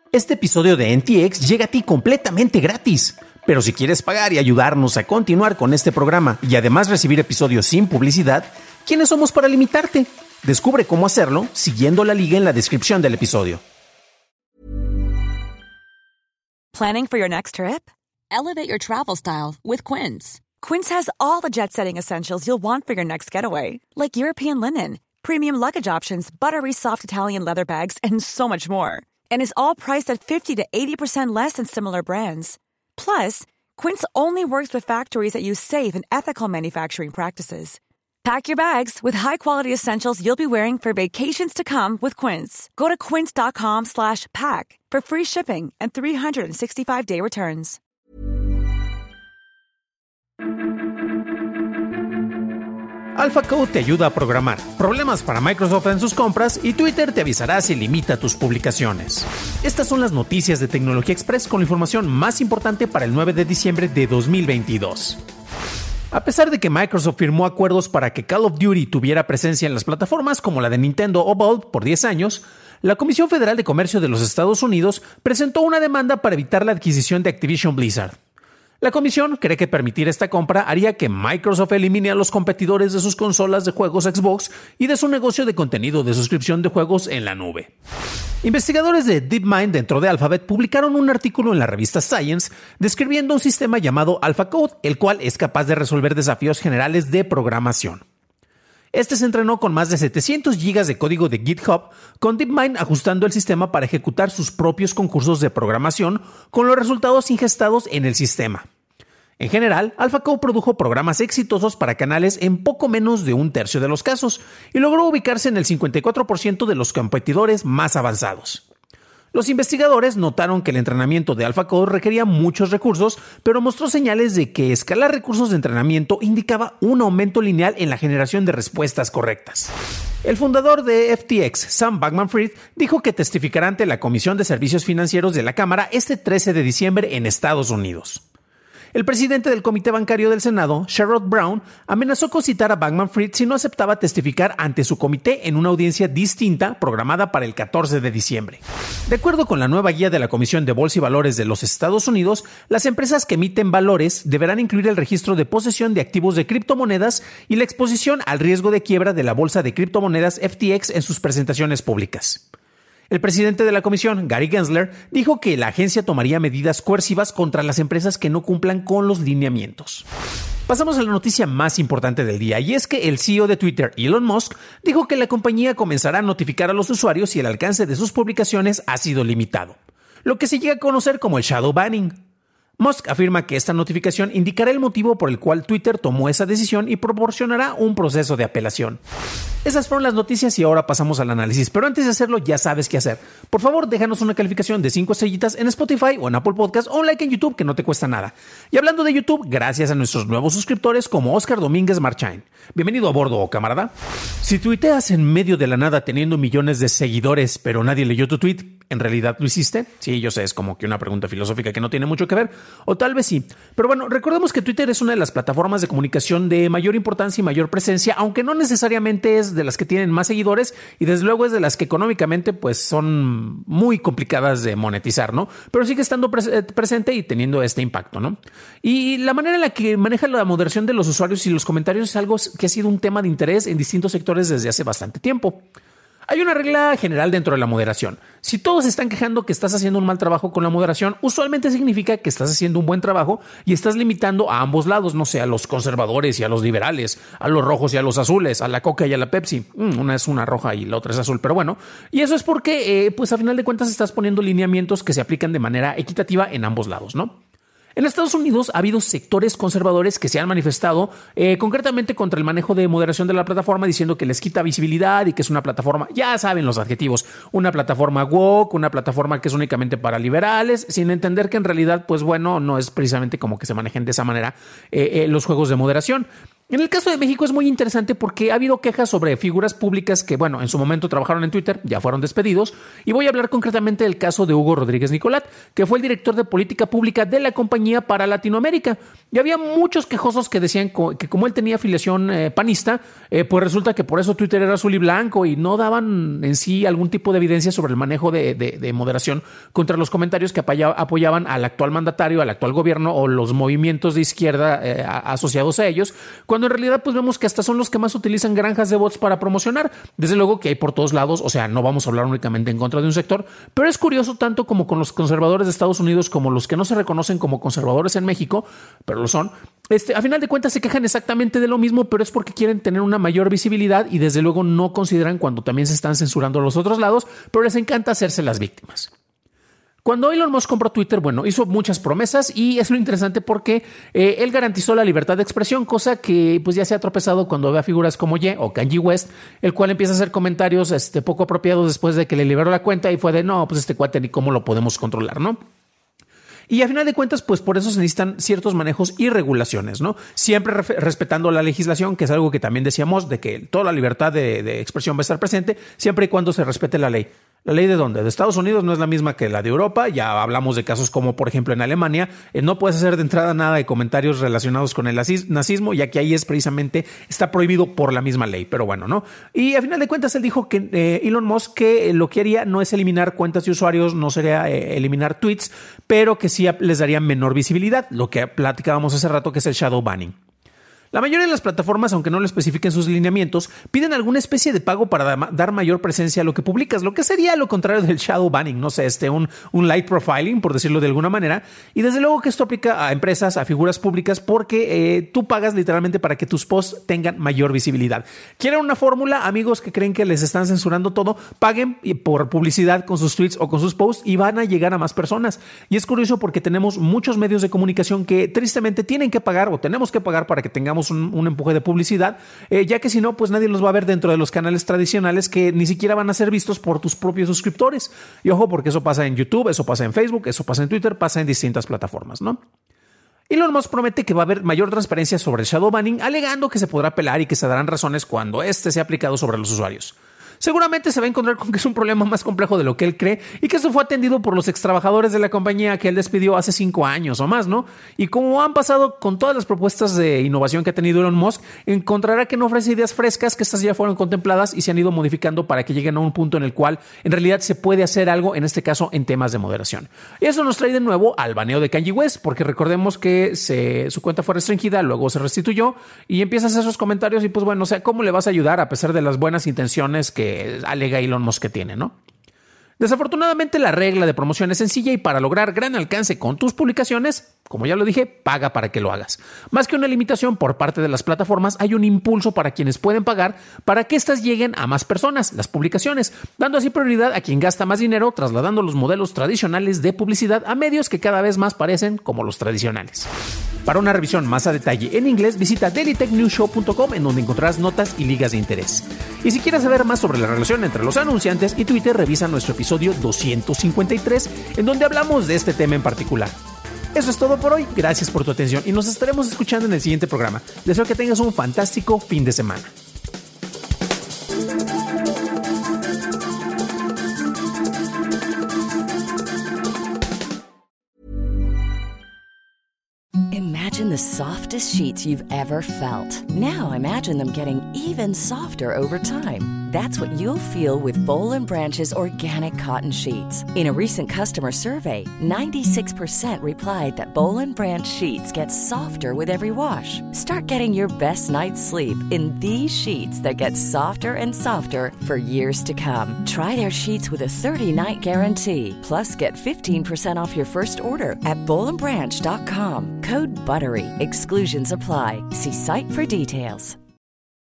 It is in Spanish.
Este episodio de NTX llega a ti completamente gratis. Pero si quieres pagar y ayudarnos a continuar con este programa y además recibir episodios sin publicidad, ¿quiénes somos para limitarte? Descubre cómo hacerlo siguiendo la liga en la descripción del episodio. Planning for your next trip? Elevate your travel style with Quince. Quince has all the jet-setting essentials you'll want for your next getaway, like European linen, premium luggage options, buttery soft Italian leather bags, and so much more. And is all priced at 50 to 80% less than similar brands. Plus, Quince only works with factories that use safe and ethical manufacturing practices. Pack your bags with high-quality essentials you'll be wearing for vacations to come with Quince. Go to quince.com/pack for free shipping and 365-day returns. AlphaCode te ayuda a programar, problemas para Microsoft en sus compras y Twitter te avisará si limita tus publicaciones. Estas son las noticias de Tecnología Express con la información más importante para el 9 de diciembre de 2022. A pesar de que Microsoft firmó acuerdos para que Call of Duty tuviera presencia en las plataformas como la de Nintendo o Valve por 10 años, la Comisión Federal de Comercio de los Estados Unidos presentó una demanda para evitar la adquisición de Activision Blizzard. La comisión cree que permitir esta compra haría que Microsoft elimine a los competidores de sus consolas de juegos Xbox y de su negocio de contenido de suscripción de juegos en la nube. Investigadores de DeepMind dentro de Alphabet publicaron un artículo en la revista Science describiendo un sistema llamado AlphaCode, el cual es capaz de resolver desafíos generales de programación. Este se entrenó con más de 700 GB de código de GitHub, con DeepMind ajustando el sistema para ejecutar sus propios concursos de programación con los resultados ingestados en el sistema. En general, AlphaCode produjo programas exitosos para canales en poco menos de un tercio de los casos y logró ubicarse en el 54% de los competidores más avanzados. Los investigadores notaron que el entrenamiento de AlphaCode requería muchos recursos, pero mostró señales de que escalar recursos de entrenamiento indicaba un aumento lineal en la generación de respuestas correctas. El fundador de FTX, Sam Bankman-Fried, dijo que testificará ante la Comisión de Servicios Financieros de la Cámara este 13 de diciembre en Estados Unidos. El presidente del Comité Bancario del Senado, Sherrod Brown, amenazó con citar a Bankman-Fried si no aceptaba testificar ante su comité en una audiencia distinta programada para el 14 de diciembre. De acuerdo con la nueva guía de la Comisión de Bolsa y Valores de los Estados Unidos, las empresas que emiten valores deberán incluir el registro de posesión de activos de criptomonedas y la exposición al riesgo de quiebra de la bolsa de criptomonedas FTX en sus presentaciones públicas. El presidente de la comisión, Gary Gensler, dijo que la agencia tomaría medidas coercivas contra las empresas que no cumplan con los lineamientos. Pasamos a la noticia más importante del día, y es que el CEO de Twitter, Elon Musk, dijo que la compañía comenzará a notificar a los usuarios si el alcance de sus publicaciones ha sido limitado, lo que se llega a conocer como el shadow banning. Musk afirma que esta notificación indicará el motivo por el cual Twitter tomó esa decisión y proporcionará un proceso de apelación. Esas fueron las noticias y ahora pasamos al análisis, pero antes de hacerlo ya sabes qué hacer. Por favor, déjanos una calificación de 5 estrellitas en Spotify o en Apple Podcast o un like en YouTube que no te cuesta nada. Y hablando de YouTube, gracias a nuestros nuevos suscriptores como Oscar Domínguez Marchain. Bienvenido a bordo, camarada. Si tuiteas en medio de la nada teniendo millones de seguidores, pero nadie leyó tu tweet, ¿en realidad lo hiciste? Sí, yo sé, es como que una pregunta filosófica que no tiene mucho que ver, o tal vez sí. Pero bueno, recordemos que Twitter es una de las plataformas de comunicación de mayor importancia y mayor presencia, aunque no necesariamente es de las que tienen más seguidores y desde luego es de las que económicamente pues son muy complicadas de monetizar, ¿no? Pero sigue estando presente y teniendo este impacto, ¿no? Y la manera en la que maneja la moderación de los usuarios y los comentarios es algo que ha sido un tema de interés en distintos sectores desde hace bastante tiempo. Hay una regla general dentro de la moderación. Si todos están quejando que estás haciendo un mal trabajo con la moderación, usualmente significa que estás haciendo un buen trabajo y estás limitando a ambos lados, no sé, a los conservadores y a los liberales, a los rojos y a los azules, a la Coca y a la Pepsi. Una es una roja y la otra es azul, pero bueno. Y eso es porque, pues a final de cuentas estás poniendo lineamientos que se aplican de manera equitativa en ambos lados, ¿no? En Estados Unidos ha habido sectores conservadores que se han manifestado concretamente contra el manejo de moderación de la plataforma, diciendo que les quita visibilidad y que es una plataforma, ya saben los adjetivos, una plataforma woke, una plataforma que es únicamente para liberales, sin entender que en realidad, pues bueno, no es precisamente como que se manejen de esa manera los juegos de moderación. En el caso de México es muy interesante porque ha habido quejas sobre figuras públicas que, bueno, en su momento trabajaron en Twitter, ya fueron despedidos, y voy a hablar concretamente del caso de Hugo Rodríguez Nicolat, que fue el director de política pública de la compañía para Latinoamérica. Y había muchos quejosos que decían que como él tenía afiliación panista, pues resulta que por eso Twitter era azul y blanco y no daban en sí algún tipo de evidencia sobre el manejo de moderación contra los comentarios que apoyaban al actual mandatario, al actual gobierno o los movimientos de izquierda asociados a ellos, cuando en realidad pues vemos que hasta son los que más utilizan granjas de bots para promocionar. Desde luego que hay por todos lados, o sea, no vamos a hablar únicamente en contra de un sector, pero es curioso tanto como con los conservadores de Estados Unidos como los que no se reconocen como conservadores en México, pero lo son. A final de cuentas se quejan exactamente de lo mismo, pero es porque quieren tener una mayor visibilidad y desde luego no consideran cuando también se están censurando a los otros lados, pero les encanta hacerse las víctimas. Cuando Elon Musk compró Twitter, bueno, hizo muchas promesas y es lo interesante porque él garantizó la libertad de expresión, cosa que pues ya se ha tropezado cuando ve a figuras como Ye o Kanye West, el cual empieza a hacer comentarios poco apropiados después de que le liberó la cuenta y fue de no, pues este cuate ni cómo lo podemos controlar, ¿no? Y a final de cuentas, pues por eso se necesitan ciertos manejos y regulaciones, ¿no? Siempre respetando la legislación, que es algo que también decíamos, de que toda la libertad de expresión va a estar presente, siempre y cuando se respete la ley. ¿La ley de dónde? De Estados Unidos no es la misma que la de Europa. Ya hablamos de casos como, por ejemplo, en Alemania. No puedes hacer de entrada nada de comentarios relacionados con el nazismo, ya que ahí está prohibido por la misma ley. Pero bueno, ¿no? Y a final de cuentas, él dijo que Elon Musk que lo que haría no es eliminar cuentas de usuarios, no sería eliminar tweets, pero que sí les daría menor visibilidad, lo que platicábamos hace rato, que es el shadow banning. La mayoría de las plataformas, aunque no lo especifiquen sus lineamientos, piden alguna especie de pago para dar mayor presencia a lo que publicas, lo que sería lo contrario del shadow banning, no sé, un light profiling, por decirlo de alguna manera. Y desde luego que esto aplica a empresas, a figuras públicas, porque tú pagas literalmente para que tus posts tengan mayor visibilidad. ¿Quieren una fórmula? Amigos que creen que les están censurando todo, paguen por publicidad con sus tweets o con sus posts y van a llegar a más personas. Y es curioso porque tenemos muchos medios de comunicación que tristemente tienen que pagar o tenemos que pagar para que tengamos un empuje de publicidad, ya que si no, pues nadie los va a ver dentro de los canales tradicionales que ni siquiera van a ser vistos por tus propios suscriptores. Y ojo, porque eso pasa en YouTube, eso pasa en Facebook, eso pasa en Twitter, pasa en distintas plataformas, ¿no? Elon Musk promete que va a haber mayor transparencia sobre el shadow banning, alegando que se podrá apelar y que se darán razones cuando sea aplicado sobre los usuarios. Seguramente se va a encontrar con que es un problema más complejo de lo que él cree y que eso fue atendido por los extrabajadores de la compañía que él despidió hace 5 años o más, ¿no? Y como han pasado con todas las propuestas de innovación que ha tenido Elon Musk, encontrará que no ofrece ideas frescas, que estas ya fueron contempladas y se han ido modificando para que lleguen a un punto en el cual en realidad se puede hacer algo, en este caso en temas de moderación. Y eso nos trae de nuevo al baneo de Kanye West, porque recordemos que su cuenta fue restringida, luego se restituyó y empieza a hacer esos comentarios y pues bueno, o sea, ¿cómo le vas a ayudar a pesar de las buenas intenciones que alega Elon Musk que tiene, ¿no? Desafortunadamente la regla de promoción es sencilla y para lograr gran alcance con tus publicaciones, como ya lo dije, paga para que lo hagas. Más que una limitación por parte de las plataformas, hay un impulso para quienes pueden pagar para que éstas lleguen a más personas, las publicaciones, dando así prioridad a quien gasta más dinero, trasladando los modelos tradicionales de publicidad a medios que cada vez más parecen como los tradicionales. Para una revisión más a detalle en inglés, visita dailytechnewsshow.com, en donde encontrarás notas y ligas de interés. Y si quieres saber más sobre la relación entre los anunciantes y Twitter, revisa nuestro episodio 253, en donde hablamos de este tema en particular. Eso es todo por hoy, gracias por tu atención y nos estaremos escuchando en el siguiente programa. Deseo que tengas un fantástico fin de semana. Imagine the softest sheets you've ever felt. Now imagine them getting even softer over time. That's what you'll feel with Boll & Branch's organic cotton sheets. In a recent customer survey, 96% replied that Boll & Branch sheets get softer with every wash. Start getting your best night's sleep in these sheets that get softer and softer for years to come. Try their sheets with a 30-night guarantee. Plus, get 15% off your first order at bollandbranch.com. Code BUTTERY. Exclusions apply. See site for details.